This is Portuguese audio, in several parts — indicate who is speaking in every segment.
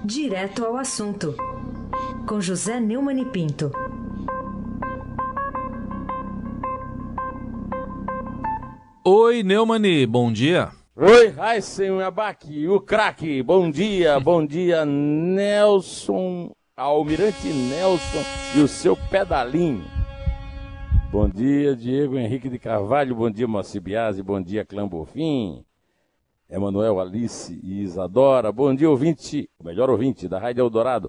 Speaker 1: Direto ao assunto, com José Neumann e Pinto.
Speaker 2: Oi, Neumann, bom dia.
Speaker 3: Oi, Raíssen Abac, o craque, bom dia, Nelson, Almirante Nelson e o seu pedalinho. Bom dia, Diego Henrique de Carvalho, bom dia, Moacir Biasi, bom dia, Clã Bonfim, Emanuel, Alice e Isadora, bom dia, ouvinte, o melhor ouvinte da Rádio Eldorado,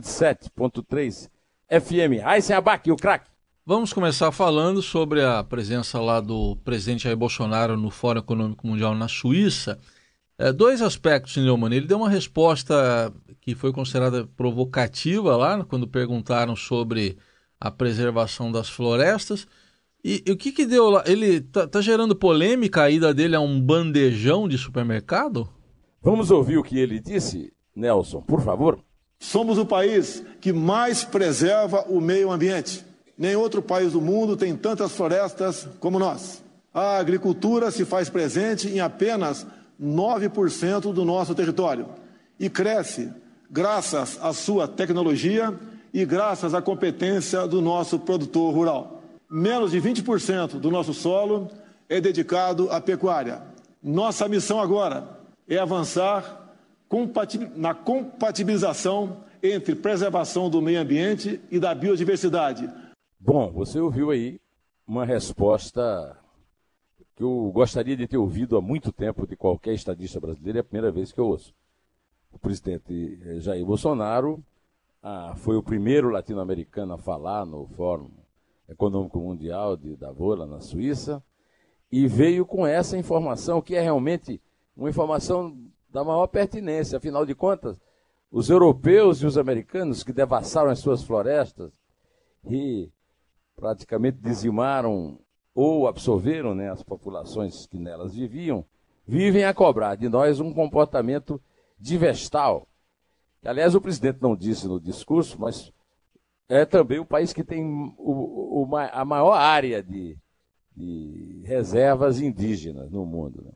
Speaker 3: 107.3 FM, Raíssen Abac, o craque.
Speaker 2: Vamos começar falando sobre a presença lá do presidente Jair Bolsonaro no Fórum Econômico Mundial na Suíça. Dois aspectos, Neumann. Ele deu uma resposta que foi considerada provocativa lá, quando perguntaram sobre a preservação das florestas. E o que deu lá? Ele tá gerando polêmica, a ida dele a um bandejão de supermercado?
Speaker 3: Vamos ouvir o que ele disse, Nelson, por favor.
Speaker 4: Somos o país que mais preserva o meio ambiente. Nem outro país do mundo tem tantas florestas como nós. A agricultura se faz presente em apenas 9% do nosso território e cresce graças à sua tecnologia e graças à competência do nosso produtor rural. Menos de 20% do nosso solo é dedicado à pecuária. Nossa missão agora é avançar na compatibilização entre preservação do meio ambiente e da biodiversidade.
Speaker 3: Bom, você ouviu aí uma resposta que eu gostaria de ter ouvido há muito tempo de qualquer estadista brasileiro, é a primeira vez que eu ouço. O presidente Jair Bolsonaro foi o primeiro latino-americano a falar no Fórum Econômico Mundial de Davos, lá na Suíça, e veio com essa informação, que é realmente uma informação da maior pertinência. Afinal de contas, os europeus e os americanos que devassaram as suas florestas e praticamente dizimaram ou absorveram, né, as populações que nelas viviam, vivem a cobrar de nós um comportamento divestal. Aliás, o presidente não disse no discurso, mas é também o país que tem a maior área de reservas indígenas no mundo, né?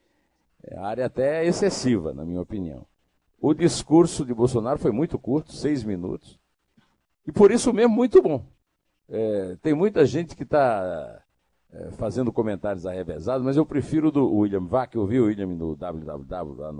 Speaker 3: A área até excessiva, na minha opinião. O discurso de Bolsonaro foi muito curto, 6 minutos, e por isso mesmo muito bom. Tem muita gente que está fazendo comentários arrevesados, mas eu prefiro do William Vac. Eu vi o William no www, lá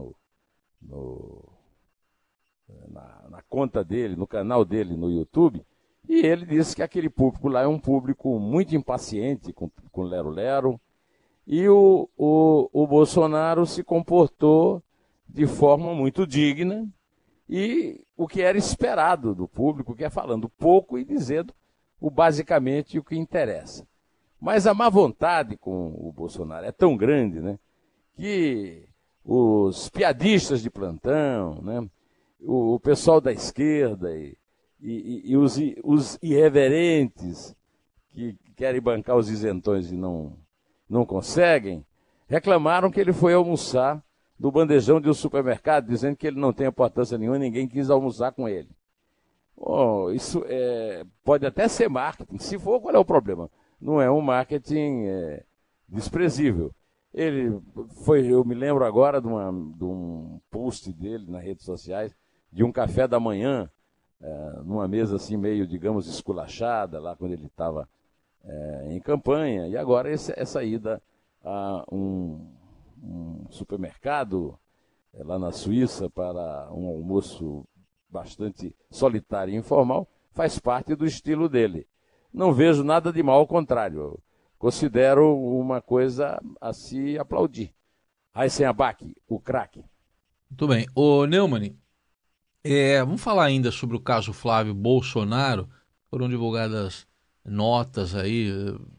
Speaker 3: na conta dele, no canal dele no YouTube, e ele disse que aquele público lá é um público muito impaciente com lero-lero, e o Bolsonaro se comportou de forma muito digna, e o que era esperado do público, que é falando pouco e dizendo basicamente o que interessa. Mas a má vontade com o Bolsonaro é tão grande, né, que os piadistas de plantão, né, o pessoal da esquerda e os irreverentes que querem bancar os isentões e não conseguem, reclamaram que ele foi almoçar do bandejão de um supermercado, dizendo que ele não tem importância nenhuma, ninguém quis almoçar com ele. Isso pode até ser marketing. Se for, qual é o problema? Não é um marketing desprezível. Eu me lembro agora de um post dele nas redes sociais, de um café da manhã, numa mesa assim meio, digamos, esculachada, lá quando ele estava em campanha, e agora essa ida a um supermercado lá na Suíça para um almoço bastante solitário e informal, faz parte do estilo dele. Não vejo nada de mal, ao contrário. Considero uma coisa a se aplaudir. Raíssen Abac, o craque.
Speaker 2: Muito bem. Ô Neumann, vamos falar ainda sobre o caso Flávio Bolsonaro. Foram divulgadas notas aí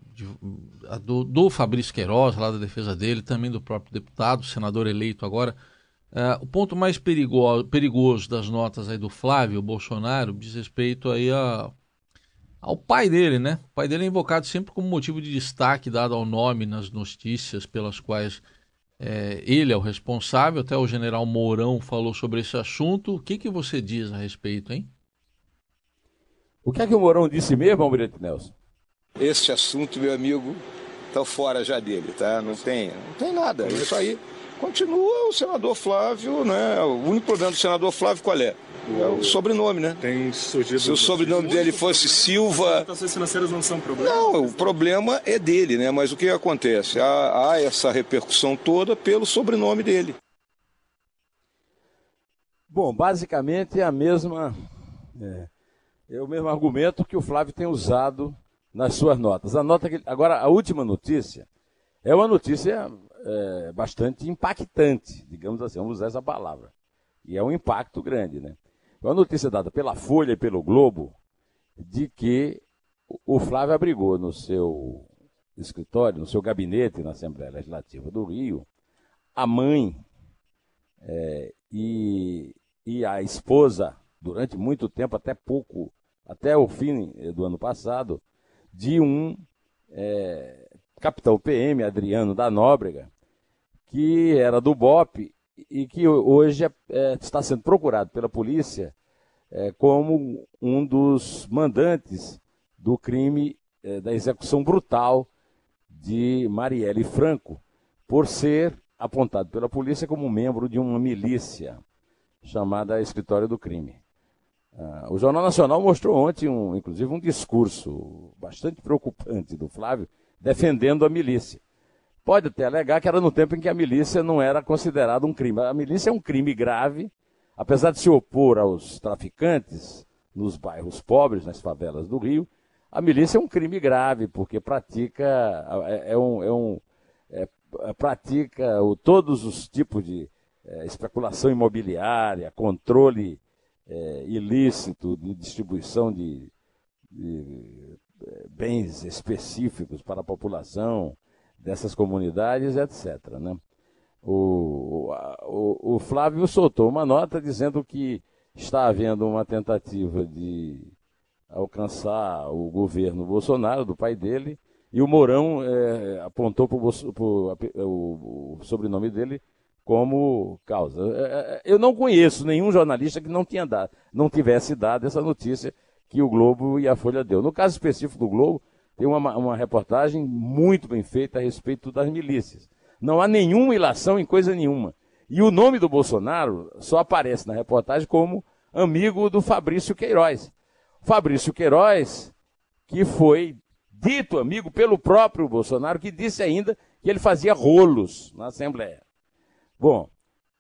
Speaker 2: do Fabrício Queiroz, lá da defesa dele, também do próprio deputado, senador eleito agora. O ponto mais perigoso das notas aí do Flávio Bolsonaro diz respeito aí ao pai dele, né? O pai dele é invocado sempre como motivo de destaque dado ao nome nas notícias pelas quais ele é o responsável. Até o general Mourão falou sobre esse assunto. O que você diz a respeito, hein?
Speaker 3: O que é que o Mourão disse mesmo, Almirante Nelson?
Speaker 5: Esse assunto, meu amigo, tá fora já dele, tá? Não tem nada. Isso aí Continua o senador Flávio, né? O único problema do senador Flávio qual é? É o sobrenome, né?
Speaker 6: Tem surgido...
Speaker 5: Se o sobrenome dele fosse Silva...
Speaker 6: As financeiras não são problema?
Speaker 5: Não, o problema é dele, né? Mas o que acontece? Há essa repercussão toda pelo sobrenome dele.
Speaker 3: Bom, basicamente é o mesmo argumento que o Flávio tem usado nas suas notas. Agora, a última notícia é uma notícia bastante impactante, digamos assim, vamos usar essa palavra. E é um impacto grande, né? É uma notícia dada pela Folha e pelo Globo de que o Flávio abrigou no seu escritório, no seu gabinete na Assembleia Legislativa do Rio, a mãe e a esposa, durante muito tempo, até o fim do ano passado, de um capitão PM, Adriano da Nóbrega, que era do BOPE e que hoje está sendo procurado pela polícia como um dos mandantes do crime da execução brutal de Marielle Franco, por ser apontado pela polícia como membro de uma milícia chamada Escritório do Crime. O Jornal Nacional mostrou ontem, inclusive, um discurso bastante preocupante do Flávio, defendendo a milícia. Pode até alegar que era no tempo em que a milícia não era considerada um crime. A milícia é um crime grave, apesar de se opor aos traficantes nos bairros pobres, nas favelas do Rio. A milícia é um crime grave, porque pratica todos os tipos de especulação imobiliária, controle ilícito de distribuição de bens específicos para a população dessas comunidades, etc. Né? O Flávio soltou uma nota dizendo que está havendo uma tentativa de alcançar o governo Bolsonaro, do pai dele, e o Mourão apontou o sobrenome dele como causa. Eu não conheço nenhum jornalista que não tivesse dado essa notícia que o Globo e a Folha deu. No caso específico do Globo, tem uma reportagem muito bem feita a respeito das milícias. Não há nenhuma ilação em coisa nenhuma. E o nome do Bolsonaro só aparece na reportagem como amigo do Fabrício Queiroz. Fabrício Queiroz, que foi dito amigo pelo próprio Bolsonaro, que disse ainda que ele fazia rolos na Assembleia. Bom,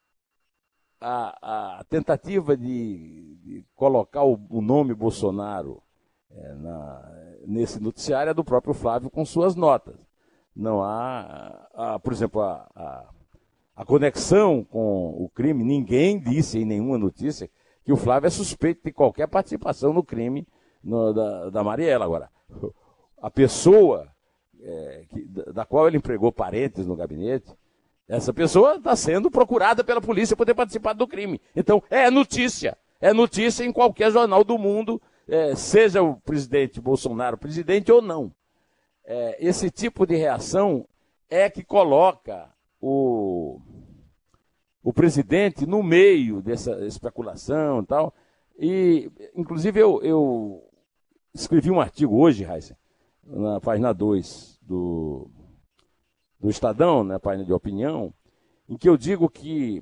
Speaker 3: a tentativa de colocar o nome Bolsonaro nesse noticiário é do próprio Flávio com suas notas. Não há por exemplo, a conexão com o crime. Ninguém disse em nenhuma notícia que o Flávio é suspeito de qualquer participação no crime da Marielle. Agora, a pessoa da qual ele empregou parentes no gabinete, essa pessoa está sendo procurada pela polícia por ter participado do crime. Então, é notícia em qualquer jornal do mundo, seja o presidente Bolsonaro presidente ou não. Esse tipo de reação é que coloca o presidente no meio dessa especulação e tal. E, inclusive, eu escrevi um artigo hoje, Raíssa, na página 2 do Estadão, na página de opinião, em que eu digo que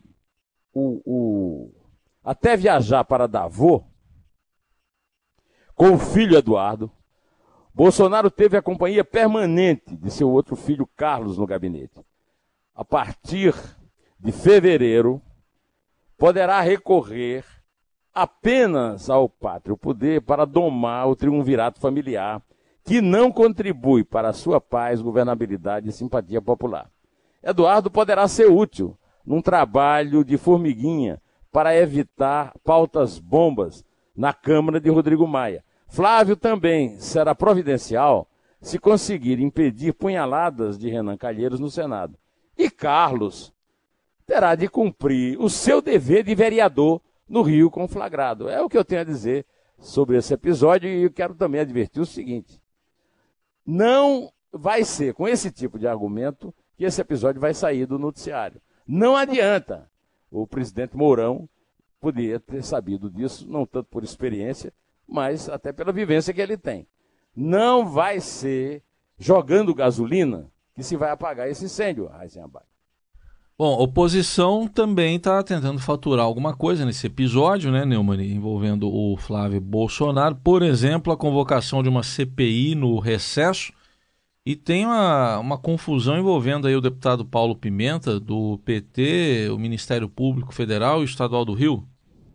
Speaker 3: até viajar para Davos com o filho Eduardo, Bolsonaro teve a companhia permanente de seu outro filho Carlos no gabinete. A partir de fevereiro, poderá recorrer apenas ao pátrio poder para domar o triunvirato familiar, que não contribui para a sua paz, governabilidade e simpatia popular. Eduardo poderá ser útil num trabalho de formiguinha para evitar pautas bombas na Câmara de Rodrigo Maia. Flávio também será providencial se conseguir impedir punhaladas de Renan Calheiros no Senado. E Carlos terá de cumprir o seu dever de vereador no Rio conflagrado. É o que eu tenho a dizer sobre esse episódio, e eu quero também advertir o seguinte: não vai ser com esse tipo de argumento que esse episódio vai sair do noticiário. Não adianta. O presidente Mourão poderia ter sabido disso, não tanto por experiência, mas até pela vivência que ele tem. Não vai ser jogando gasolina que se vai apagar esse incêndio, Raíssa Abac.
Speaker 2: Bom, a oposição também está tentando faturar alguma coisa nesse episódio, né, Neumann, envolvendo o Flávio Bolsonaro. Por exemplo, a convocação de uma CPI no recesso. E tem uma confusão envolvendo aí o deputado Paulo Pimenta, do PT, o Ministério Público Federal e o Estadual do Rio.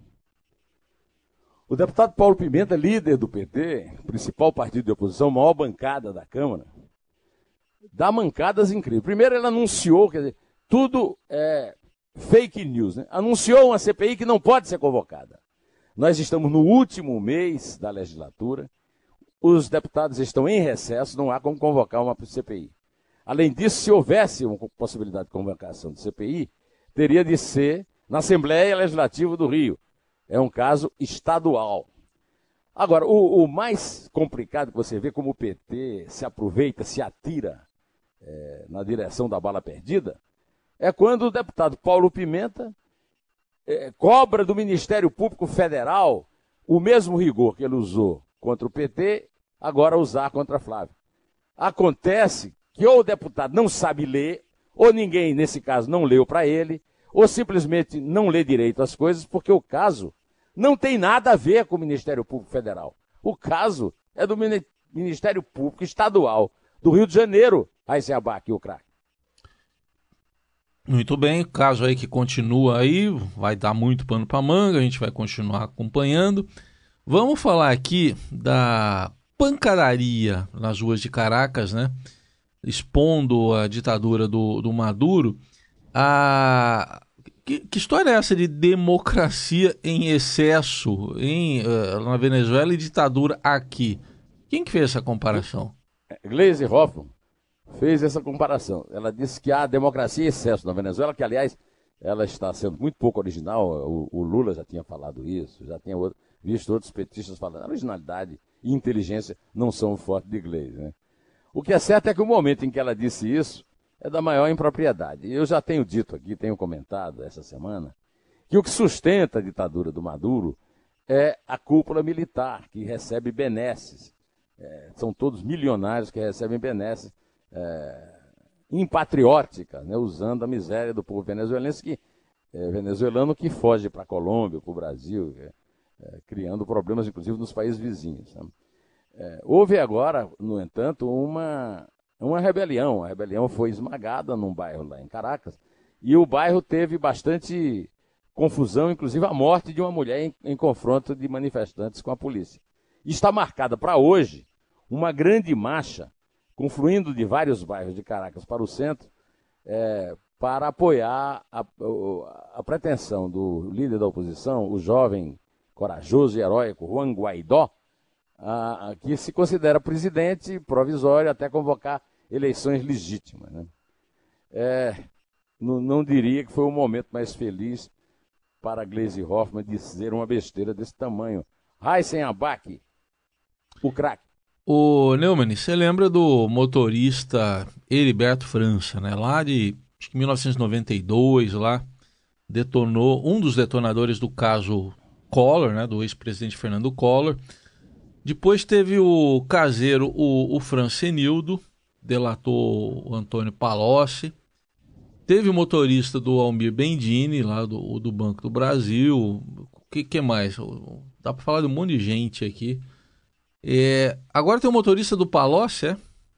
Speaker 3: O deputado Paulo Pimenta, líder do PT, principal partido de oposição, maior bancada da Câmara, dá mancadas incríveis. Primeiro ele anunciou, quer dizer, tudo é fake news, né? Anunciou uma CPI que não pode ser convocada. Nós estamos no último mês da legislatura, os deputados estão em recesso, não há como convocar uma CPI. Além disso, se houvesse uma possibilidade de convocação de CPI, teria de ser na Assembleia Legislativa do Rio. É um caso estadual. Agora, o mais complicado que você vê como o PT se aproveita, se atira na direção da bala perdida, é quando o deputado Paulo Pimenta cobra do Ministério Público Federal o mesmo rigor que ele usou contra o PT, agora usar contra Flávio. Acontece que ou o deputado não sabe ler, ou ninguém, nesse caso, não leu para ele, ou simplesmente não lê direito as coisas, porque o caso não tem nada a ver com o Ministério Público Federal. O caso é do Ministério Público Estadual do Rio de Janeiro, Raíssa Abac e o craque.
Speaker 2: Muito bem, caso aí que continua aí, vai dar muito pano para manga, a gente vai continuar acompanhando. Vamos falar aqui da pancadaria nas ruas de Caracas, né? Expondo a ditadura do Maduro. Que história é essa de democracia em excesso na Venezuela e ditadura aqui? Quem que fez essa comparação?
Speaker 3: Gleisi Hoffmann fez essa comparação. Ela disse que há democracia em excesso na Venezuela, que, aliás, ela está sendo muito pouco original. O Lula já tinha falado isso, já tinha visto outros petistas falando. A originalidade e inteligência não são o forte de Gleisi, né? O que é certo é que o momento em que ela disse isso é da maior impropriedade. Eu já tenho dito aqui, tenho comentado essa semana, que o que sustenta a ditadura do Maduro é a cúpula militar, que recebe benesses. São todos milionários que recebem benesses impatriótica, né, usando a miséria do povo venezuelano que foge para a Colômbia, para o Brasil, criando problemas, inclusive, nos países vizinhos. Né? Houve agora, no entanto, uma rebelião. A rebelião foi esmagada num bairro lá em Caracas, e o bairro teve bastante confusão, inclusive a morte de uma mulher em confronto de manifestantes com a polícia. E está marcada para hoje uma grande marcha, confluindo de vários bairros de Caracas para o centro, para apoiar a pretensão do líder da oposição, o jovem, corajoso e heróico Juan Guaidó, que se considera presidente provisório até convocar eleições legítimas. Né? Não diria que foi o momento mais feliz para Gleisi Hoffmann dizer uma besteira desse tamanho. Raíssa Abac, o craque.
Speaker 2: Ô Neumann, você lembra do motorista Heriberto França, né? Lá de acho que 1992, lá, detonou um dos detonadores do caso Collor, né? Do ex-presidente Fernando Collor. Depois teve o caseiro, o Francenildo, delatou o Antônio Palocci. Teve o motorista do Almir Bendini, lá do Banco do Brasil. O que mais? Dá para falar de um monte de gente aqui. Agora tem o motorista do Palocci,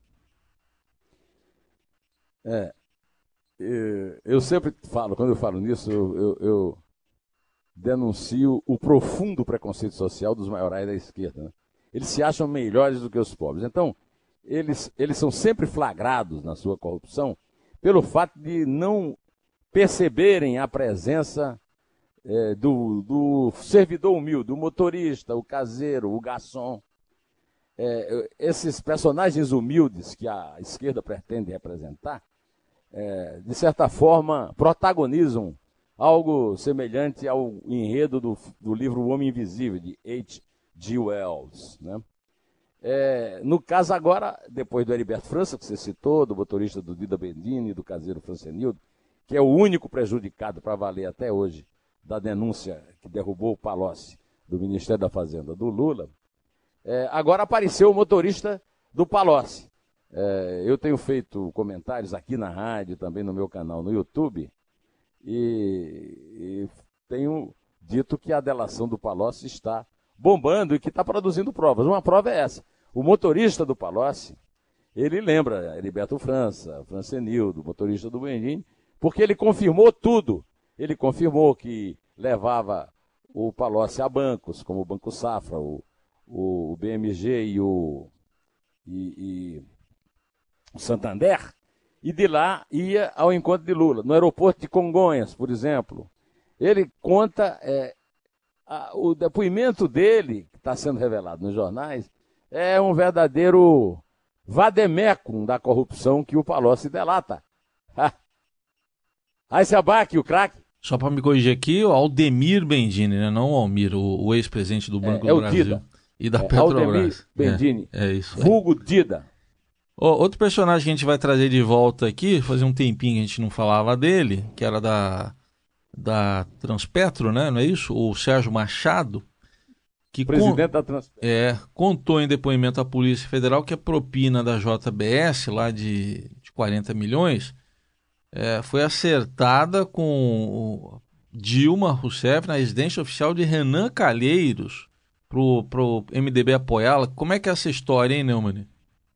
Speaker 3: eu sempre falo, quando eu falo nisso, eu denuncio o profundo preconceito social dos maiorais da esquerda. Né? Eles se acham melhores do que os pobres. Então, eles são sempre flagrados na sua corrupção pelo fato de não perceberem a presença do servidor humilde, do motorista, o caseiro, o garçom. Esses personagens humildes que a esquerda pretende representar, de certa forma, protagonizam algo semelhante ao enredo do livro O Homem Invisível, de H.G. Wells. Né? No caso agora, depois do Heriberto França, que você citou, do motorista do Dida Bendini, do caseiro Francenildo, que é o único prejudicado para valer até hoje da denúncia que derrubou o Palocci do Ministério da Fazenda do Lula, agora apareceu o motorista do Palocci. Eu tenho feito comentários aqui na rádio, também no meu canal no YouTube, e tenho dito que a delação do Palocci está bombando e que está produzindo provas. Uma prova é essa. O motorista do Palocci, ele lembra Heriberto França, Francenildo, motorista do Bendini, porque ele confirmou tudo. Ele confirmou que levava o Palocci a bancos, como o Banco Safra, o BMG e o Santander, e de lá ia ao encontro de Lula, no aeroporto de Congonhas, por exemplo. Ele conta, o depoimento dele, que está sendo revelado nos jornais, é um verdadeiro vademecum da corrupção que o Palocci delata. Aí se abaque o craque.
Speaker 2: Só para me corrigir aqui, o Aldemir Bendini, né? Não o Almir, o ex-presidente do Banco do Brasil.
Speaker 3: Dida.
Speaker 2: E da Petrobras.
Speaker 3: Aldemir Bendini,
Speaker 2: é isso.
Speaker 3: vulgo Dida.
Speaker 2: Outro personagem que a gente vai trazer de volta aqui, fazia um tempinho que a gente não falava dele, que era da Transpetro, né? Não é isso? O Sérgio Machado, que
Speaker 3: presidente da Transpetro.
Speaker 2: Contou em depoimento à Polícia Federal que a propina da JBS, lá de 40 milhões, foi acertada com Dilma Rousseff na residência oficial de Renan Calheiros, pro MDB apoiá-la. Como é que é essa história, hein, Neumann?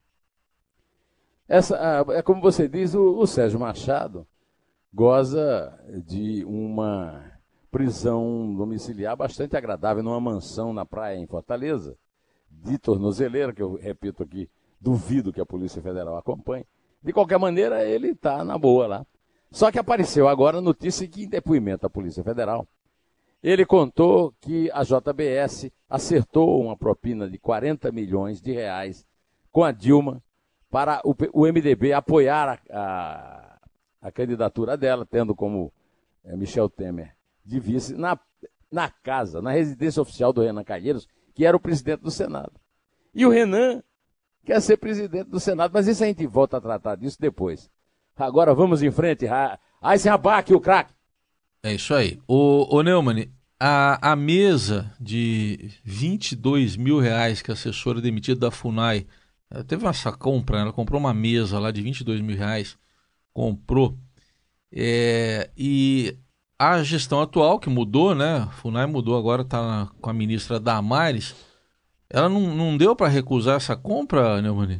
Speaker 3: É como você diz, o Sérgio Machado goza de uma prisão domiciliar bastante agradável numa mansão na praia em Fortaleza, de tornozeleira, que eu repito aqui, duvido que a Polícia Federal acompanhe. De qualquer maneira, ele está na boa lá. Só que apareceu agora a notícia que, em depoimento à Polícia Federal, ele contou que a JBS acertou uma propina de 40 milhões de reais com a Dilma para o MDB apoiar a candidatura dela, tendo como Michel Temer de vice na casa, na residência oficial do Renan Calheiros, que era o presidente do Senado. E o Renan quer ser presidente do Senado, mas isso a gente volta a tratar disso depois. Agora vamos em frente. Aí se abaque o craque.
Speaker 2: É isso aí. Ô Neumann, a mesa de 22 mil reais que a assessora demitida da FUNAI teve essa compra, ela comprou uma mesa lá de 22 mil reais, comprou, e a gestão atual que mudou, né, a FUNAI mudou, agora está com a ministra Damares, ela não deu para recusar essa compra, Neumann?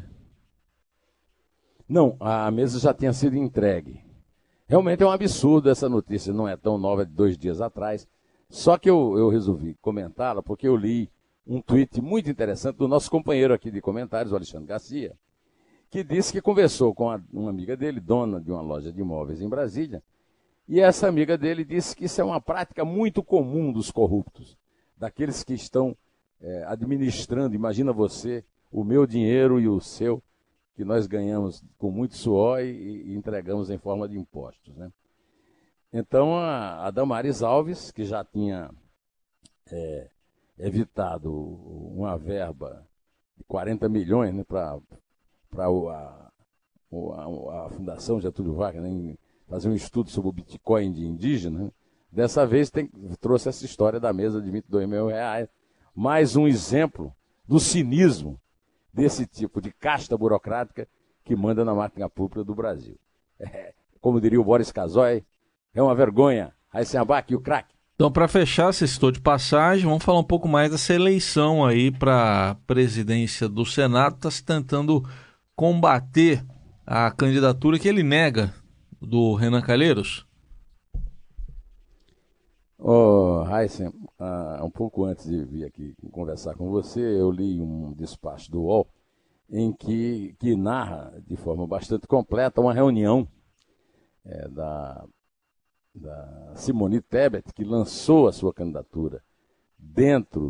Speaker 3: Não, a mesa já tinha sido entregue. Realmente é um absurdo essa notícia, não é tão nova, de 2 dias atrás, só que eu resolvi comentá-la porque eu li um tweet muito interessante do nosso companheiro aqui de comentários, o Alexandre Garcia, que disse que conversou com uma amiga dele, dona de uma loja de imóveis em Brasília, e essa amiga dele disse que isso é uma prática muito comum dos corruptos, daqueles que estão administrando, imagina você, o meu dinheiro e o seu, que nós ganhamos com muito suor e entregamos em forma de impostos, né? Então, a Damares Alves, que já tinha evitado uma verba de 40 milhões, né, para a Fundação Getúlio Vargas, né, fazer um estudo sobre o Bitcoin de indígena, né? Dessa vez trouxe essa história da mesa de 22 mil reais, mais um exemplo do cinismo desse tipo de casta burocrática que manda na máquina pública do Brasil. Como diria o Boris Casoy, é uma vergonha. Aí se abaque o craque.
Speaker 2: Então, para fechar, você citou de passagem, vamos falar um pouco mais dessa eleição aí para a presidência do Senado. Está se tentando combater a candidatura que ele nega do Renan Calheiros?
Speaker 3: Heisen, um pouco antes de vir aqui conversar com você, eu li um despacho do UOL em que narra de forma bastante completa uma reunião da Simone Tebet, que lançou a sua candidatura dentro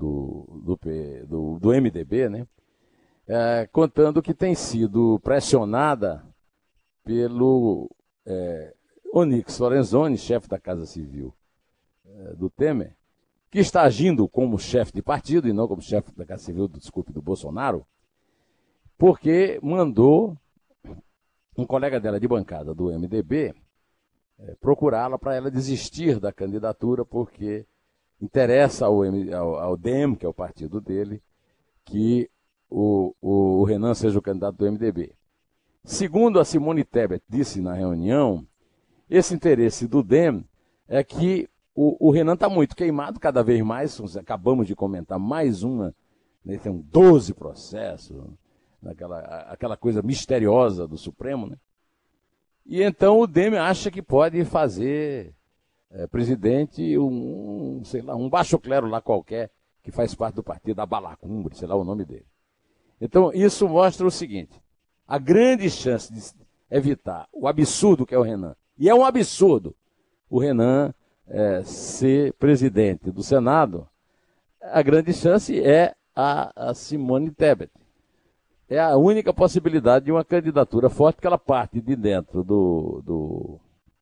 Speaker 3: do MDB, né? Contando que tem sido pressionada pelo Onyx Lorenzoni, chefe da Casa Civil do Temer, que está agindo como chefe de partido e não como chefe da Casa Civil, do Bolsonaro, porque mandou um colega dela de bancada do MDB procurá-la para ela desistir da candidatura, porque interessa ao DEM, que é o partido dele, que o Renan seja o candidato do MDB. Segundo a Simone Tebet disse na reunião, esse interesse do DEM é que o Renan está muito queimado, cada vez mais. Acabamos de comentar mais uma, né, tem 12 processos, aquela coisa misteriosa do Supremo, né? E então o DEM acha que pode fazer presidente um baixo clero lá qualquer, que faz parte do partido, da Balacumbre, sei lá o nome dele. Então isso mostra o seguinte: a grande chance de evitar o absurdo que é o Renan, e é um absurdo o Renan ser presidente do Senado, a grande chance é a Simone Tebet. É a única possibilidade de uma candidatura forte, que ela parte de dentro do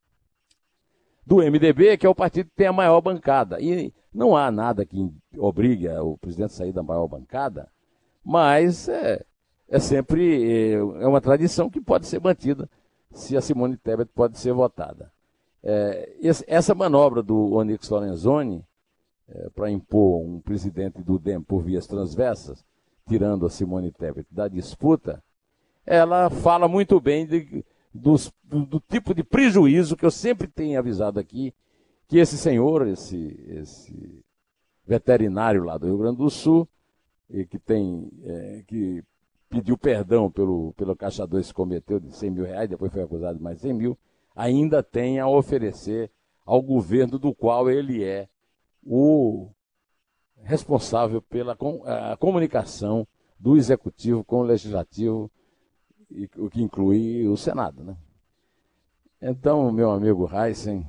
Speaker 3: MDB, que é o partido que tem a maior bancada. E não há nada que obrigue o presidente a sair da maior bancada, mas é sempre uma tradição que pode ser mantida se a Simone Tebet pode ser votada. Essa manobra do Onyx Lorenzoni para impor um presidente do DEM por vias transversas, tirando a Simone Tebet da disputa, ela fala muito bem do tipo de prejuízo que eu sempre tenho avisado aqui, que esse senhor, esse veterinário lá do Rio Grande do Sul, e que pediu perdão pelo caçador que se cometeu de R$100 mil, depois foi acusado de mais de 100 mil, ainda tem a oferecer ao governo do qual ele é o responsável pela comunicação do Executivo com o Legislativo, o que inclui o Senado, né? Então, meu amigo Heisen,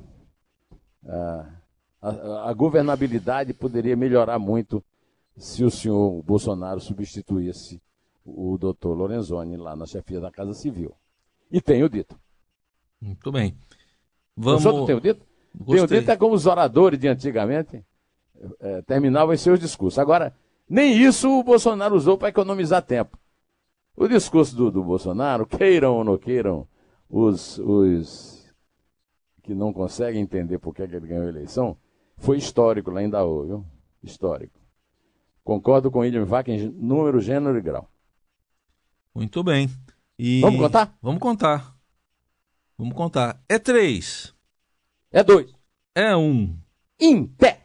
Speaker 3: a governabilidade poderia melhorar muito se o senhor Bolsonaro substituísse o doutor Lorenzoni lá na chefia da Casa Civil. E tenho dito.
Speaker 2: Muito bem.
Speaker 3: Gostou do tenho dito?
Speaker 2: Gostei.
Speaker 3: Tenho dito é como os oradores de antigamente terminavam em seus discursos. Agora, nem isso o Bolsonaro usou para economizar tempo. O discurso do Bolsonaro, queiram ou não queiram, os que não conseguem entender por que ele ganhou a eleição, foi histórico lá em Daú, viu? Histórico. Concordo com William Vac em número, gênero e grau.
Speaker 2: Muito bem.
Speaker 3: Vamos contar?
Speaker 2: Vamos contar. Vamos contar. É 3.
Speaker 3: É 2.
Speaker 2: É 1.
Speaker 3: Em pé.